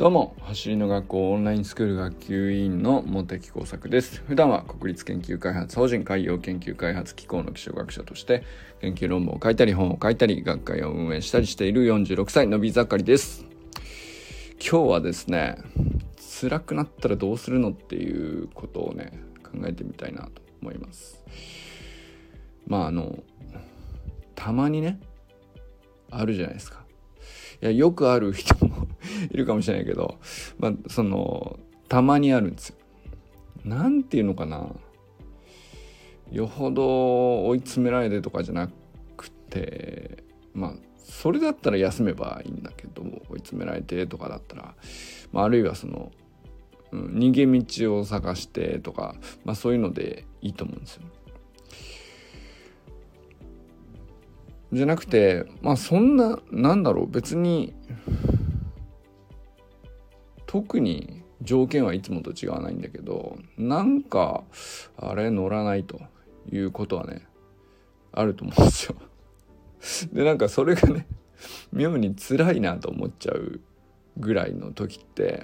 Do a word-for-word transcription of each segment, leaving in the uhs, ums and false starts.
どうも、走りの学校オンラインスクール学級委員の茂木耕作です。普段は国立研究開発法人海洋研究開発機構の気象学者として研究論文を書いたり本を書いたり学会を運営したりしているよんじゅうろくさいのび盛りです。今日はですね、辛くなったらどうするのっていうことをね考えてみたいなと思います。まああのたまにねあるじゃないですか。いやよくある人もいるかもしれないけど、まあそのたまにあるんですよ。なんていうのかな、よほど追い詰められてとかじゃなくて、まあそれだったら休めばいいんだけど、追い詰められてとかだったら、まあ、あるいはその、うん、逃げ道を探してとか、まあそういうのでいいと思うんですよ。じゃなくて、まあそんな、なんだろう、別に特に条件はいつもと違わないんだけど、なんかあれ乗らないということはねあると思うんですよ。でなんかそれがね妙に辛いなと思っちゃうぐらいの時って、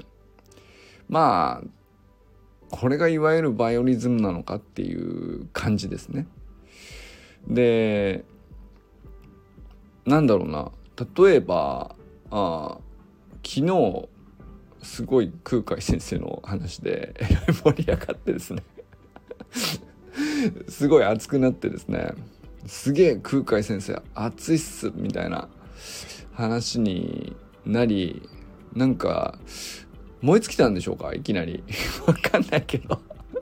まあこれがいわゆるバイオリズムなのかっていう感じですね。でなんだろうな、例えばあ昨日すごい空海先生の話でえらい盛り上がってですねすごい熱くなってですね、すげえ空海先生熱いっすみたいな話になり、なんか燃え尽きたんでしょうか、いきなりわかんないけど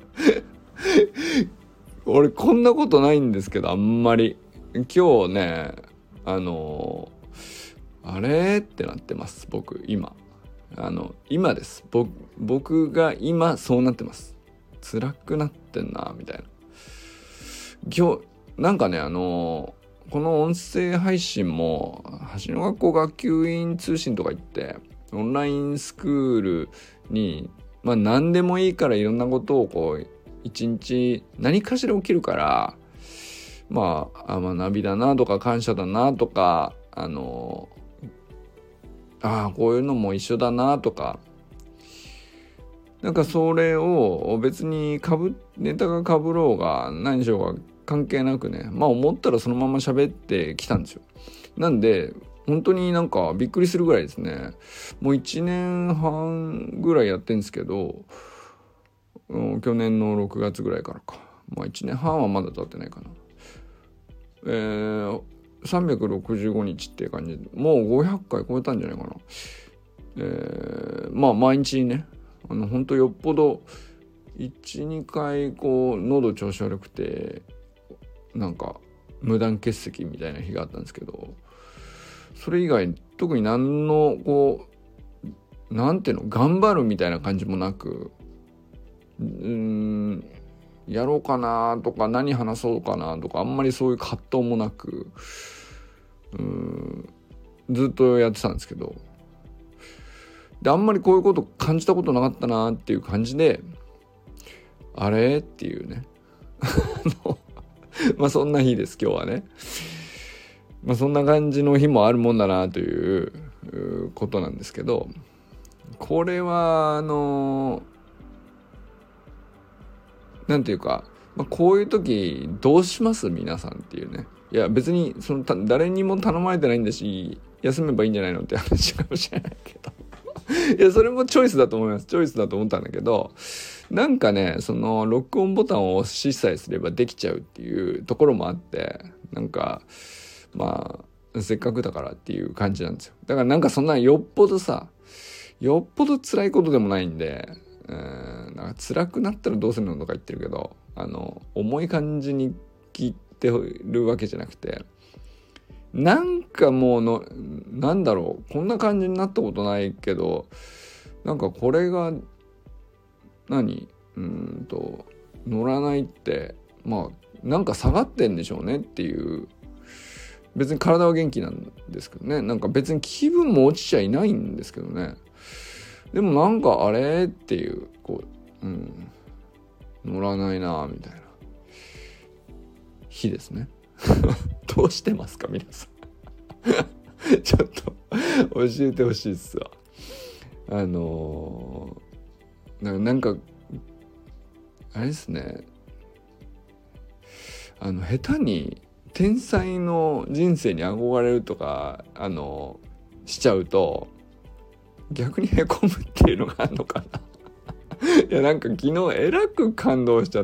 俺こんなことないんですけど、あんまり今日ねあのあれってなってます。僕今あの今です。僕僕が今そうなってます。辛くなってんなみたいな。今日なんかねあのこの音声配信も橋の学校学級委員通信とか言ってオンラインスクールにまあ何でもいいからいろんなことをこう一日何かしら起きるから、まあ、あ学びだなとか感謝だなとか、あのああこういうのも一緒だなとか、なんかそれを別にかぶネタがかぶろうが何しようが関係なくね、まあ思ったらそのまま喋ってきたんですよ。なんで本当になんかびっくりするぐらいですね。もういちねんはんぐらいやってんですけど、うん、去年のろくがつぐらいからか、まあいちねんはんはまだ経ってないかな。えーさんびゃくろくじゅうごにちっていう感じでもうごひゃっかい超えたんじゃないかな。えー、まあ毎日ねあの本当よっぽど いち,に 回こう喉調子悪くてなんか無断欠席みたいな日があったんですけど、それ以外特に何のこうなんていうの頑張るみたいな感じもなく、うーんやろうかなとか何話そうかなとかあんまりそういう葛藤もなく、うーんずっとやってたんですけど、であんまりこういうこと感じたことなかったなっていう感じで、あれっていうねまあそんな日です今日はね。まあそんな感じの日もあるもんだなということなんですけど、これはあのなんていうか、まあ、こういう時どうします皆さんっていうね。いや別にその誰にも頼まれてないんだし休めばいいんじゃないのって話かもしれないけどいやそれもチョイスだと思います。チョイスだと思ったんだけど、なんかねその録音ボタンを押しさえすればできちゃうっていうところもあって、なんかまあせっかくだからっていう感じなんですよ。だからなんかそんなよっぽどさよっぽど辛いことでもないんで、うーんなんか辛くなったらどうするのとか言ってるけど、あの重い感じに聞いてるわけじゃなくて、なんかもうのなんだろうこんな感じになったことないけど、なんかこれが何うーんと乗らないってまあなんか下がってんでしょうねっていう。別に体は元気なんですけどね、なんか別に気分も落ちちゃいないんですけどね、でもなんかあれっていうこう、うん、乗らないなみたいな日ですねどうしてますか皆さんちょっと教えてほしいっすわ。 あのー、なんかあれですね、あの下手に天才の人生に憧れるとかあのしちゃうと逆にへこむっていうのがあるのかないやなんか昨日えらく感動しちゃって、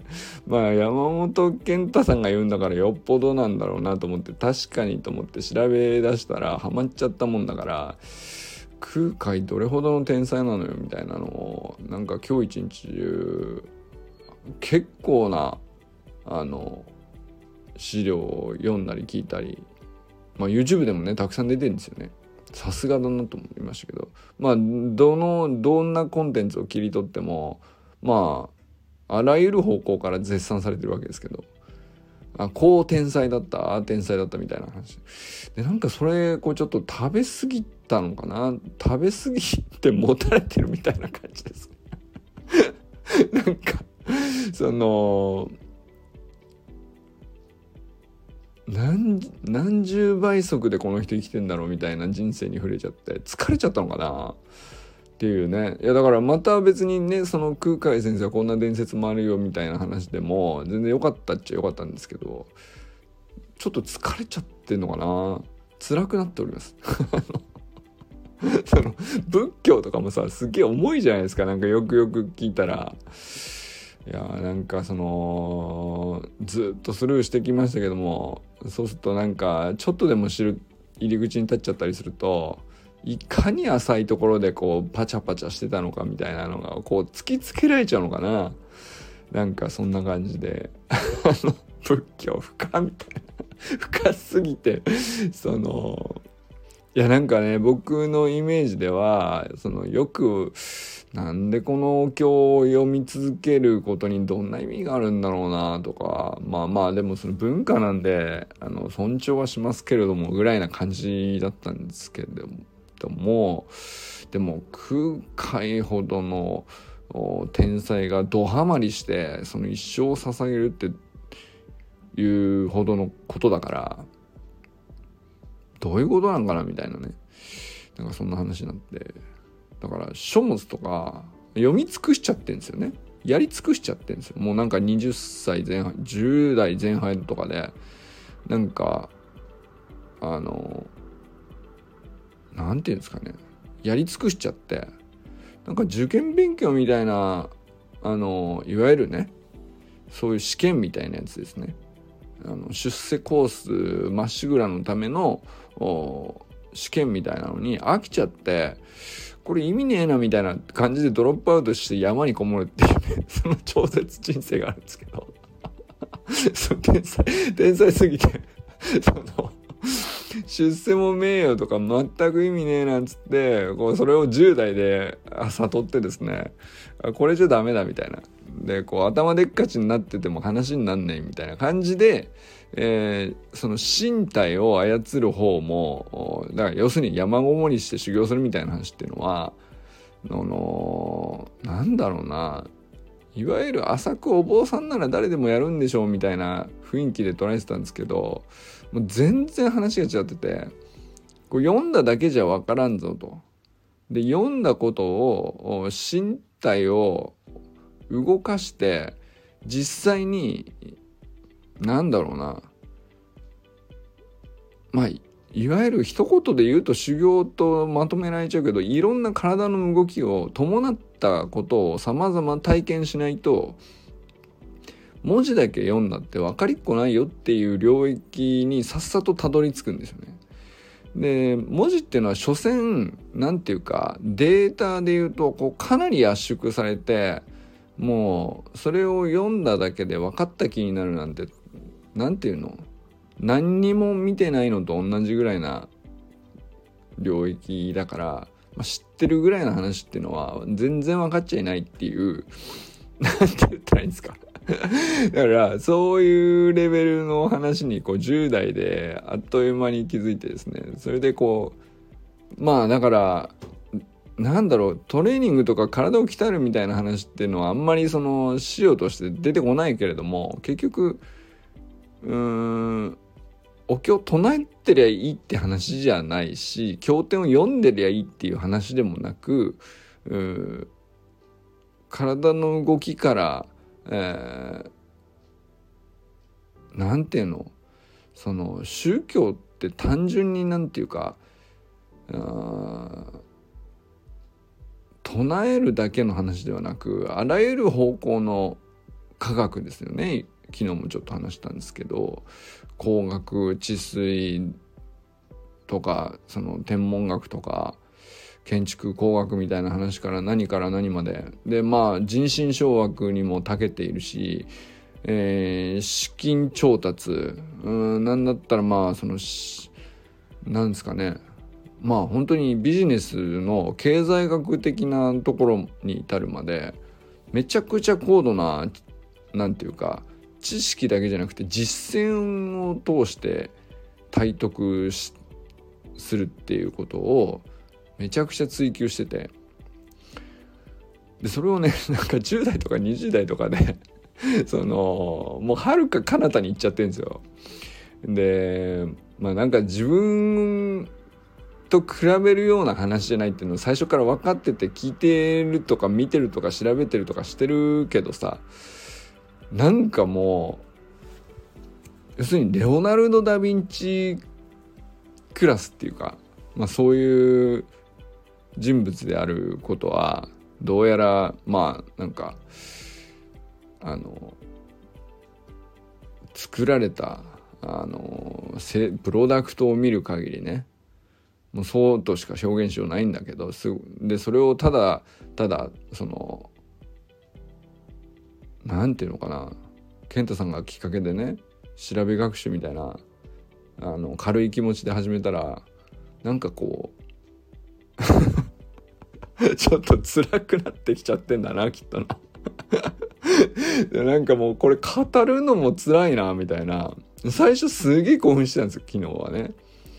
まあ山本健太さんが言うんだからよっぽどなんだろうなと思って、確かにと思って調べ出したらハマっちゃったもんだから、空海どれほどの天才なのよみたいなのをなんか今日一日中結構なあの資料を読んだり聞いたり、まあ YouTube でもねたくさん出てるんですよね。さすがだなと思いましたけど、まあどのどんなコンテンツを切り取ってもまああらゆる方向から絶賛されてるわけですけど、あこう天才だったああ天才だったみたいな話で、なんかそれこうちょっと食べ過ぎたのかな、食べ過ぎてもたれてるみたいな感じですなんかその何, 何十倍速でこの人生きてんだろうみたいな人生に触れちゃって疲れちゃったのかなっていうね。いやだからまた別にねその空海先生はこんな伝説もあるよみたいな話でも全然良かったっちゃ良かったんですけど、ちょっと疲れちゃってんのかな、辛くなっておりますその仏教とかもさすげえ重いじゃないですか。なんかよくよく聞いたら、いやなんかそのずっとスルーしてきましたけども、そうするとなんかちょっとでも知る入り口に立っちゃったりすると、いかに浅いところでこうパチャパチャしてたのかみたいなのがこう突きつけられちゃうのかな、なんかそんな感じであの仏教深みたいな深すぎてそのいやなんかね僕のイメージではそのよくなんでこのお経を読み続けることにどんな意味があるんだろうなとか、まあまあでもその文化なんであの尊重はしますけれどもぐらいな感じだったんですけれども、でも空海ほどの天才がドハマりしてその一生を捧げるっていうほどのことだからどういうことなんかなみたいなね、なんかそんな話になって、だから書物とか読み尽くしちゃってるんですよね。やり尽くしちゃってるんですよ。もうなんかはたち前半じゅう代前半とかでなんかあのなんていうんですかね、やり尽くしちゃって、なんか受験勉強みたいなあのいわゆるねそういう試験みたいなやつですね、あの出世コースまっしぐらのための試験みたいなのに飽きちゃって、これ意味ねえなみたいな感じでドロップアウトして山にこもるっていうねその超絶人生があるんですけどその天才天才すぎてその出世も名誉とか全く意味ねえなんつってこうそれをじゅう代で悟ってですね、これじゃダメだみたいなでこう頭でっかちになってても話になんねえみたいな感じで、えー、その身体を操る方もだから要するに山ごもりして修行するみたいな話っていうのはあのなんだろうな、いわゆる浅くお坊さんなら誰でもやるんでしょうみたいな雰囲気で捉えてたんですけど、もう全然話が違ってて、こう読んだだけじゃ分からんぞと。で読んだことを身体を動かして実際になんだろうな、まあいわゆる一言で言うと修行とまとめられちゃうけど、いろんな体の動きを伴ったことを様々体験しないと文字だけ読んだって分かりっこないよっていう領域にさっさとたどり着くんですよね。で文字っていうのは所詮なんていうかデータで言うとこうかなり圧縮されて、もうそれを読んだだけで分かった気になるなんてなんていうの、何にも見てないのと同じぐらいな領域だから、まあ、知ってるぐらいの話っていうのは全然分かっちゃいないっていうなんて言ったらいいんですかだからそういうレベルの話にこうじゅう代であっという間に気づいてですね、それでこうまあだからなんだろう、トレーニングとか体を鍛えるみたいな話っていうのはあんまりその資料として出てこないけれども、結局うーんお経唱えてりゃいいって話じゃないし、経典を読んでりゃいいっていう話でもなく、う体の動きから、えー、なんていうの、その宗教って単純になんていうか、あ唱えるだけの話ではなく、あらゆる方向の科学ですよね。昨日もちょっと話したんですけど、工学、治水とか、その天文学とか建築工学みたいな話から何から何までで、まあ人心掌握にも長けているし、えー、資金調達、うん、なんだったらまあそのなんですかね、まあ本当にビジネスの経済学的なところに至るまでめちゃくちゃ高度な、なんていうか、知識だけじゃなくて実践を通して体得しするっていうことをめちゃくちゃ追求してて、でそれをね、なんかじゅう代とかにじゅう代とかでそのもうはるか彼方に行っちゃってるんですよ。でまあなんか自分と比べるような話じゃないっていうのを最初から分かってて、聞いてるとか見てるとか調べてるとかしてるけどさ、なんかもう要するにレオナルド・ダ・ヴィンチクラスっていうか、まあそういう人物であることはどうやらまあなんかあの作られたあのプロダクトを見る限りね、もうそうとしか表現しようないんだけど、すでそれをただただそのなんていうのかな、健太さんがきっかけでね、調べ学習みたいなあの軽い気持ちで始めたら、なんかこうちょっと辛くなってきちゃってんだな、きっとななんかもうこれ語るのも辛いなみたいな。最初すげえ興奮してたんですよ、昨日はね。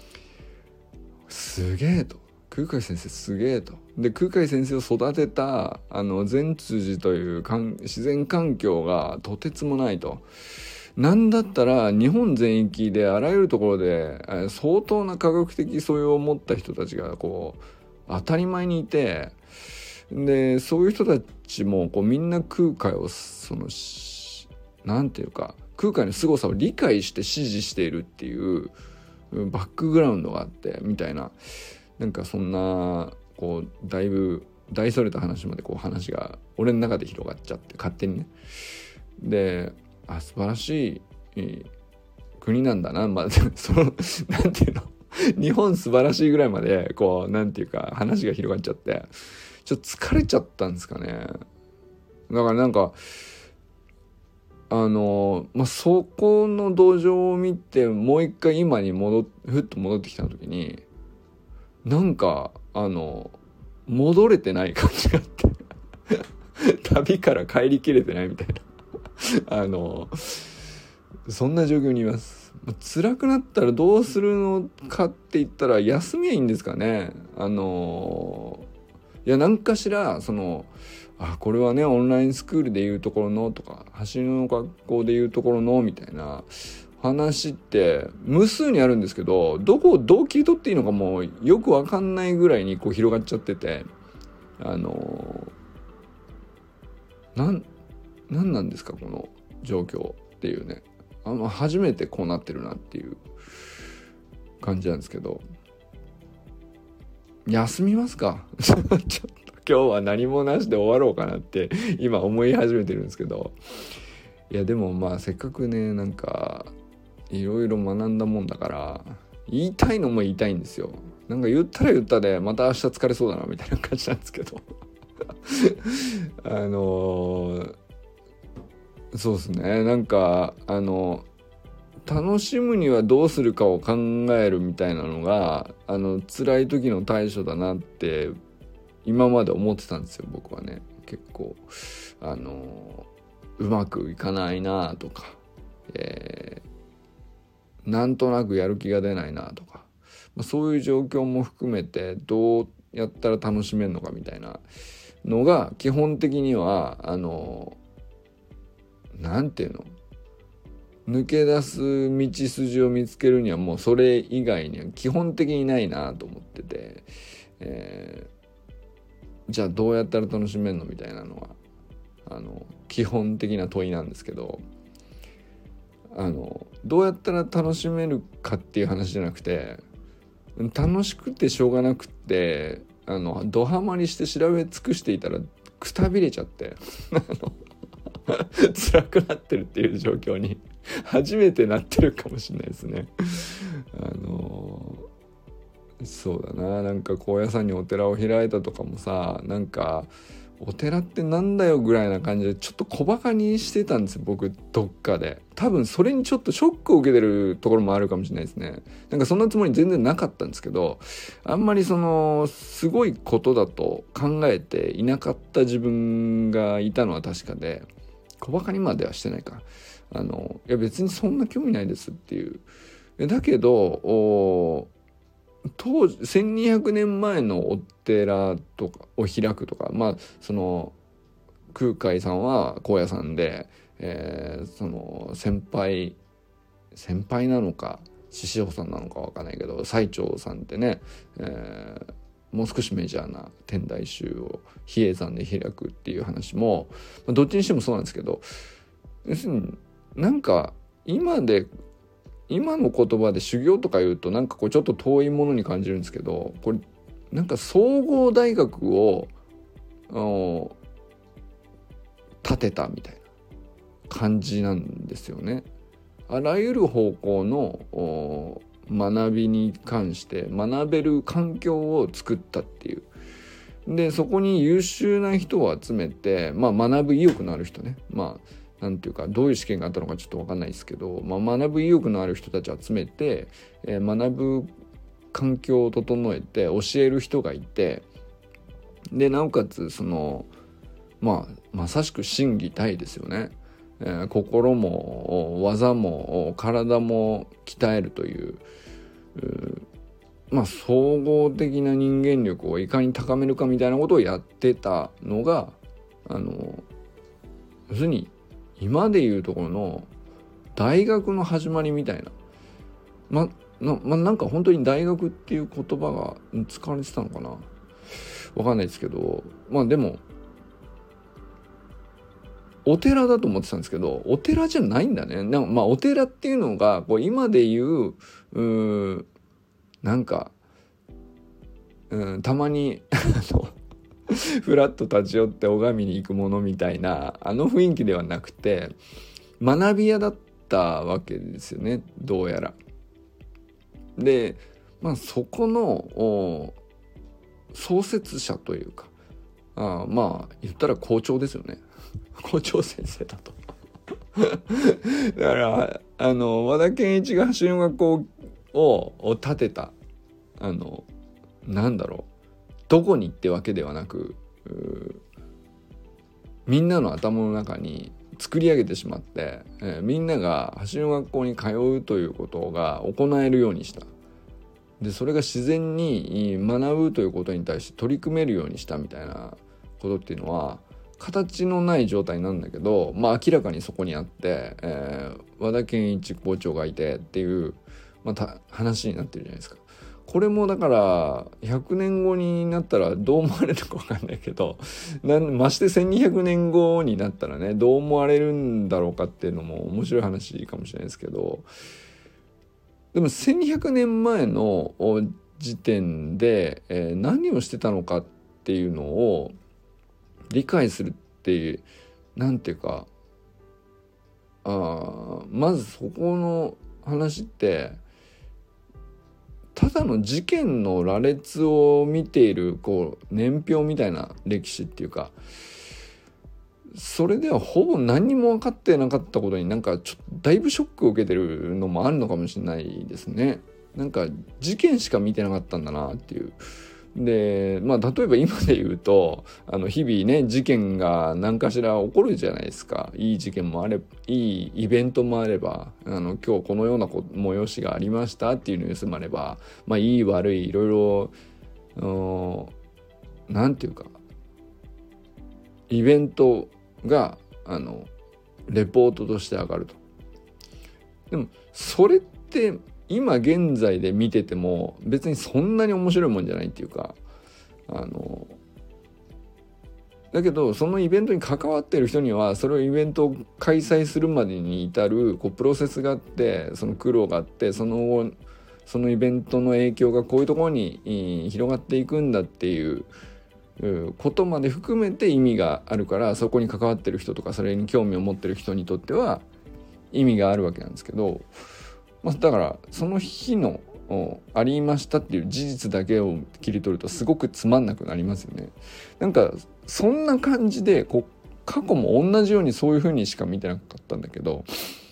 すげえと、空海先生すげえと。で空海先生を育てたあの善通寺というかん自然環境がとてつもないと。なんだったら日本全域であらゆるところで相当な科学的素養を持った人たちがこう当たり前にいて、でそういう人たちもこうみんな空海をそのなんていうか空海の凄さを理解して支持しているっていうバックグラウンドがあってみたいな、なんかそんなこうだいぶ大それた話までこう話が俺の中で広がっちゃって勝手にね。であ素晴らしい国なんだな、まあそのなんていうの日本素晴らしいぐらいまでこうなんていうか話が広がっちゃってちょっと疲れちゃったんですかね。だからなんかあのまあそこの土壌を見てもう一回今に戻ふっと戻ってきた時になんかあの戻れてない感じがあって旅から帰りきれてないみたいなあのそんな状況にいます。辛くなったらどうするのかって言ったら休みはいいんですかね。あのいや何かしらそのあこれはねオンラインスクールでいうところのとか走りの学校でいうところのみたいな話って無数にあるんですけど、どこをどう切り取っていいのかもうよく分かんないぐらいにこう広がっちゃってて、あのなんなんなんですかこの状況っていうね、あの初めてこうなってるなっていう感じなんですけど、休みますかちょっと今日は何もなしで終わろうかなって今思い始めてるんですけど、いやでもまあせっかくねなんかいろいろ学んだもんだから言いたいのも言いたいんですよ。なんか言ったら言ったでまた明日疲れそうだなみたいな感じなんですけどあのー、そうですね、なんかあの楽しむにはどうするかを考えるみたいなのがあの辛い時の対処だなって今まで思ってたんですよ僕はね。結構あのうまくいかないなとか、えー、なんとなくやる気が出ないなとか、まあ、そういう状況も含めてどうやったら楽しめるのかみたいなのが基本的にはあのなんていうの抜け出す道筋を見つけるにはもうそれ以外には基本的にないなと思ってて、えー、じゃあどうやったら楽しめるのみたいなのはあの基本的な問いなんですけど、あのどうやったら楽しめるかっていう話じゃなくて、楽しくてしょうがなくてあのドハマりして調べ尽くしていたらくたびれちゃって辛くなってるっていう状況に初めてなってるかもしれないですね。あのそうだな、なんか高野山にお寺を開いたとかもさ、なんかお寺ってなんだよぐらいな感じでちょっと小バカにしてたんですよ、僕どっかで。多分それにちょっとショックを受けてるところもあるかもしれないですね。なんかそんなつもり全然なかったんですけど、あんまりそのすごいことだと考えていなかった自分がいたのは確かで、小バカにまではしてないか、あのいや別にそんな興味ないですっていう。だけど当時せんにひゃくねんまえのお寺とかを開くとか、まあその空海さんは高野山で、えー、その先輩先輩なのか師匠さんなのか分かんないけど、最澄さんってね、えー、もう少しメジャーな天台宗を比叡山で開くっていう話も、まあ、どっちにしてもそうなんですけど、要するになんか今で今の言葉で修行とか言うとなんかこうちょっと遠いものに感じるんですけど、これなんか総合大学を建てたみたいな感じなんですよね。あらゆる方向の学びに関して学べる環境を作ったっていう。でそこに優秀な人を集めて、まあ学ぶ意欲のある人ね、まあなんていうかどういう試験があったのかちょっと分かんないですけど、まあ、学ぶ意欲のある人たちを集めて、えー、学ぶ環境を整えて教える人がいて、でなおかつそのまあまさしく心技体ですよね、えー、心も技も体も鍛えるという、うまあ総合的な人間力をいかに高めるかみたいなことをやってたのが、あの要するに今でいうところの大学の始まりみたいな、まなまなんか本当に大学っていう言葉が使われてたのかな、わかんないですけど、まあでもお寺だと思ってたんですけど、お寺じゃないんだね。なんかまあお寺っていうのがこう今でいう、うーなんか、うん、たまにフラッと立ち寄って拝みに行くものみたいなあの雰囲気ではなくて、学び屋だったわけですよね、どうやら。で、まあそこの創設者というか、あまあ言ったら校長ですよね。校長先生だと。だからあの和田健一が走りの学校をを建てた、あのなんだろう、どこにってわけではなく、みんなの頭の中に作り上げてしまって、えー、みんなが走りの学校に通うということが行えるようにした。でそれが自然に学ぶということに対して取り組めるようにしたみたいなことっていうのは形のない状態なんだけど、まあ明らかにそこにあって、えー、和田健一校長がいてっていう、まあ、話になってるじゃないですか。これもだからひゃくねんごになったらどう思われるか分かんないけど、なんましてせんにひゃくねんごになったらねどう思われるんだろうかっていうのも面白い話かもしれないですけど、でもせんにひゃくねんまえの時点で、えー、何をしてたのかっていうのを理解するっていう、なんていうか、あまずそこの話ってただの事件の羅列を見ているこう年表みたいな歴史っていうか、それではほぼ何にも分かってなかったことになんかちょっとだいぶショックを受けてるのもあるのかもしれないですね。なんか事件しか見てなかったんだなっていう。でまあ例えば今で言うとあの日々ね事件が何かしら起こるじゃないですか。いい事件もあればいいイベントもあれば、あの今日このような催しがありましたっていうニュースもあれば、まあいい悪いいろいろなんていうかイベントがあのレポートとして上がると。 でもそれって今現在で見てても別にそんなに面白いもんじゃないっていうか、あのだけどそのイベントに関わってる人にはそれをイベントを開催するまでに至るこうプロセスがあって、その苦労があって、その後そのイベントの影響がこういうところに広がっていくんだっていうことまで含めて意味があるから、そこに関わってる人とかそれに興味を持ってる人にとっては意味があるわけなんですけど、まあ、だからその日のありましたっていう事実だけを切り取るとすごくつまんなくなりますよね。なんかそんな感じでこう過去も同じようにそういう風にしか見てなかったんだけど、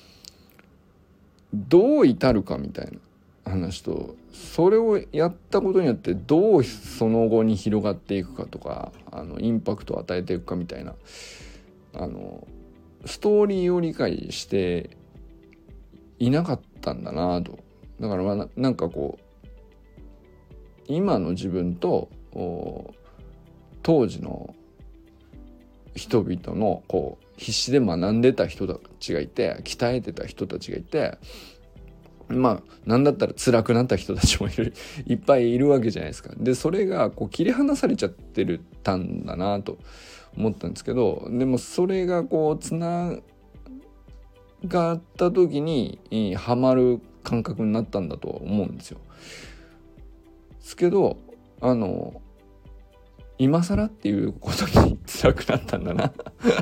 どう至るかみたいな話と、それをやったことによってどうその後に広がっていくかとか、あのインパクトを与えていくかみたいな、あのストーリーを理解していなかったんだなと。だからまあなんかこう今の自分と当時の人々のこう必死で学んでた人たちがいて、鍛えてた人たちがいて、まあなんだったら辛くなった人たちもいるいっぱいいるわけじゃないですか。でそれがこう切り離されちゃってるたんだなと思ったんですけど、でもそれがこうつながった時にハマる感覚になったんだと思うんですよ。ですけどあの今更っていうことに辛くなったんだな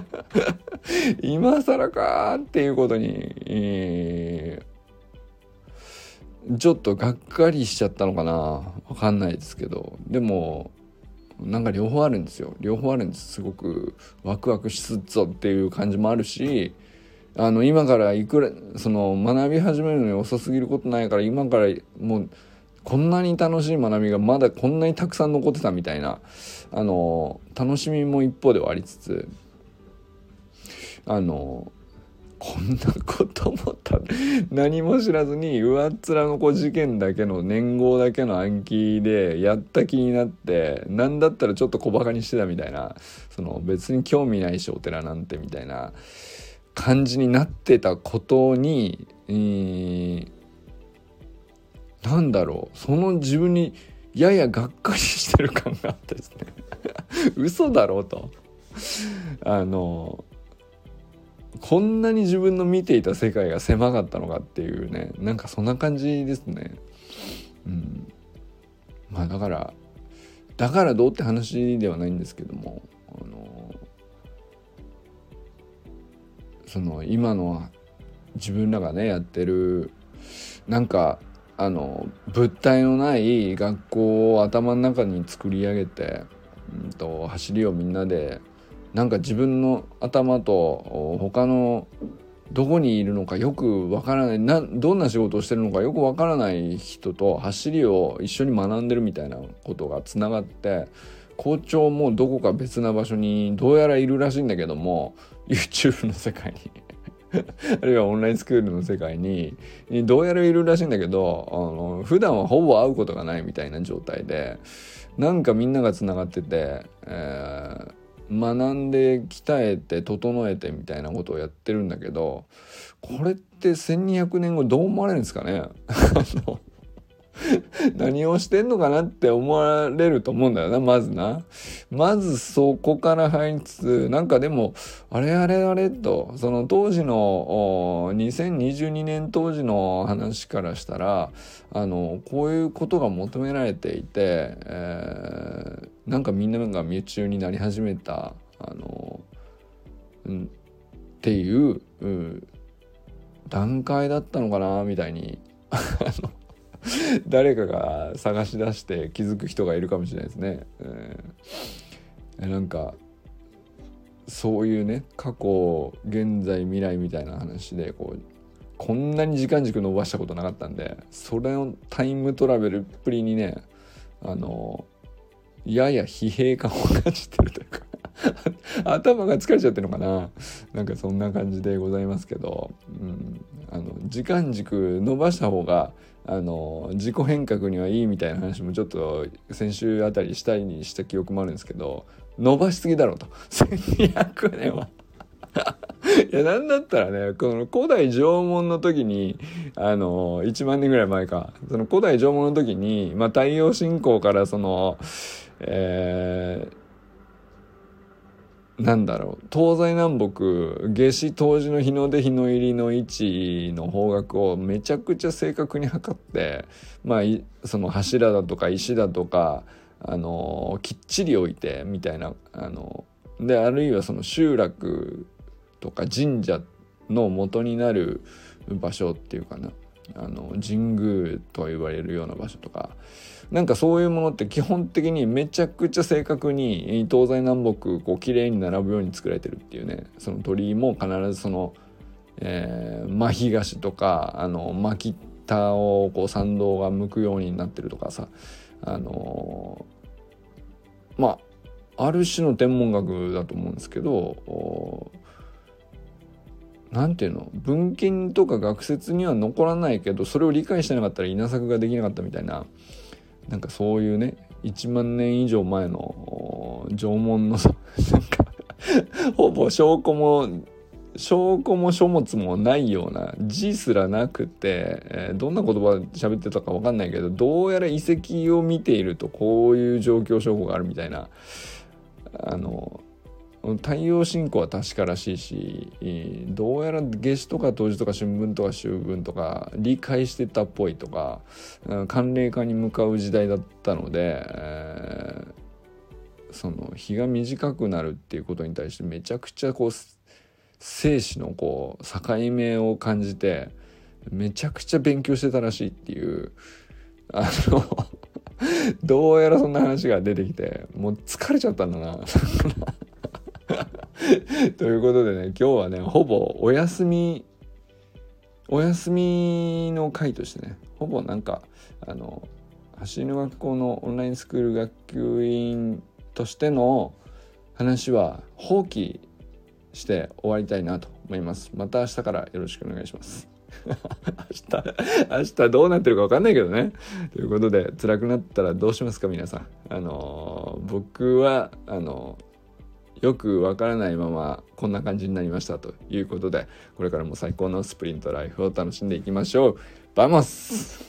今更かーっていうことに、えー、ちょっとがっかりしちゃったのかな、わかんないですけど、でもなんか両方あるんですよ。両方あるんです。すごくワクワクすっぞっていう感じもあるし、あの今からいくらその学び始めるのに遅すぎることないから、今からもうこんなに楽しい学びがまだこんなにたくさん残ってたみたいな、あの楽しみも一方ではありつつ、あのこんなこともた何も知らずに上っ面のこう事件だけの年号だけの暗記でやった気になって、なんだったらちょっと小バカにしてたみたいな、その別に興味ないしお寺なんてみたいな感じになってたことに、えー、なんだろう、その自分にややがっかりしてる感があったですね嘘だろうと、あのこんなに自分の見ていた世界が狭かったのかっていうね、なんかそんな感じですね。うん、まあだからだからどうって話ではないんですけども、あのその今の自分らがねやってるなんかあの物体のない学校を頭の中に作り上げて、うんと走りをみんなでなんか自分の頭と他のどこにいるのかよくわからないな、どんな仕事をしてるのかよくわからない人と走りを一緒に学んでるみたいなことがつながって、校長もどこか別な場所にどうやらいるらしいんだけども YouTube の世界にあるいはオンラインスクールの世界にどうやらいるらしいんだけど、あの普段はほぼ会うことがないみたいな状態で、なんかみんながつながってて、えー学んで鍛えて整えてみたいなことをやってるんだけど、これってせんにひゃくねんごどう思われるんですかね何をしてんのかなって思われると思うんだよな、まずなまずそこから入りつつ、なんかでもあれあれあれとその当時のにせんにじゅうにねん当時の話からしたら、あのこういうことが求められていて、えー、なんかみんなが夢中になり始めたあの、うん、っていう、うん、段階だったのかなみたいにあの誰かが探し出して気づく人がいるかもしれないですね。えー、なんかそういうね過去現在未来みたいな話でこうこんなに時間軸伸ばしたことなかったんで、それのタイムトラベルっぷりにね、あのやや疲弊感を感じてるというか頭が疲れちゃってるのかな、なんかそんな感じでございますけど、うん、あの時間軸伸ばした方があの自己変革にはいいみたいな話もちょっと先週あたりしたいにした記憶もあるんですけど、伸ばしすぎだろうとせんにひゃくねんはいや、なんだったらね、この古代縄文の時に、あの、いちまんねんぐらい前か、その古代縄文の時に、まあ、太陽信仰からその、えー、なんだろう、東西南北、夏至冬至の日の出日の入りの位置の方角をめちゃくちゃ正確に測って、まあ、その柱だとか石だとか、あの、きっちり置いて、みたいな、あの、で、あるいはその集落、とか神社の元になる場所っていうかな、あの神宮と言われるような場所とか、なんかそういうものって基本的にめちゃくちゃ正確に東西南北こう綺麗に並ぶように作られてるっていうね。その鳥居も必ずその、えー、真東とかあの真北をこう参道が向くようになってるとかさ、あのー、まあある種の天文学だと思うんですけど、なんていうの、文献とか学説には残らないけど、それを理解してなかったら稲作ができなかったみたいな、なんかそういうね、いちまんねん以上前の縄文のなんかほぼ証拠も証拠も書物もないような、字すらなくて、えー、どんな言葉喋ってたか分かんないけど、どうやら遺跡を見ているとこういう状況証拠があるみたいな、あの太陽信仰は確からしいし、どうやら夏至とか冬至とか春分とか秋分とか理解してたっぽいとか、寒冷化に向かう時代だったので、えー、その日が短くなるっていうことに対してめちゃくちゃこう生死のこう境目を感じて、めちゃくちゃ勉強してたらしいっていう、あのどうやらそんな話が出てきて、もう疲れちゃったんだなということでね、今日はね、ほぼお休みお休みの回としてね、ほぼなんかあの走りの学校のオンラインスクール学級委員としての話は放棄して終わりたいなと思います。また明日からよろしくお願いします明日明日どうなってるか分かんないけどね。ということで、辛くなったらどうしますか皆さん。あの僕はあのよくわからないままこんな感じになりましたということで、これからも最高のスプリントライフを楽しんでいきましょう。バモス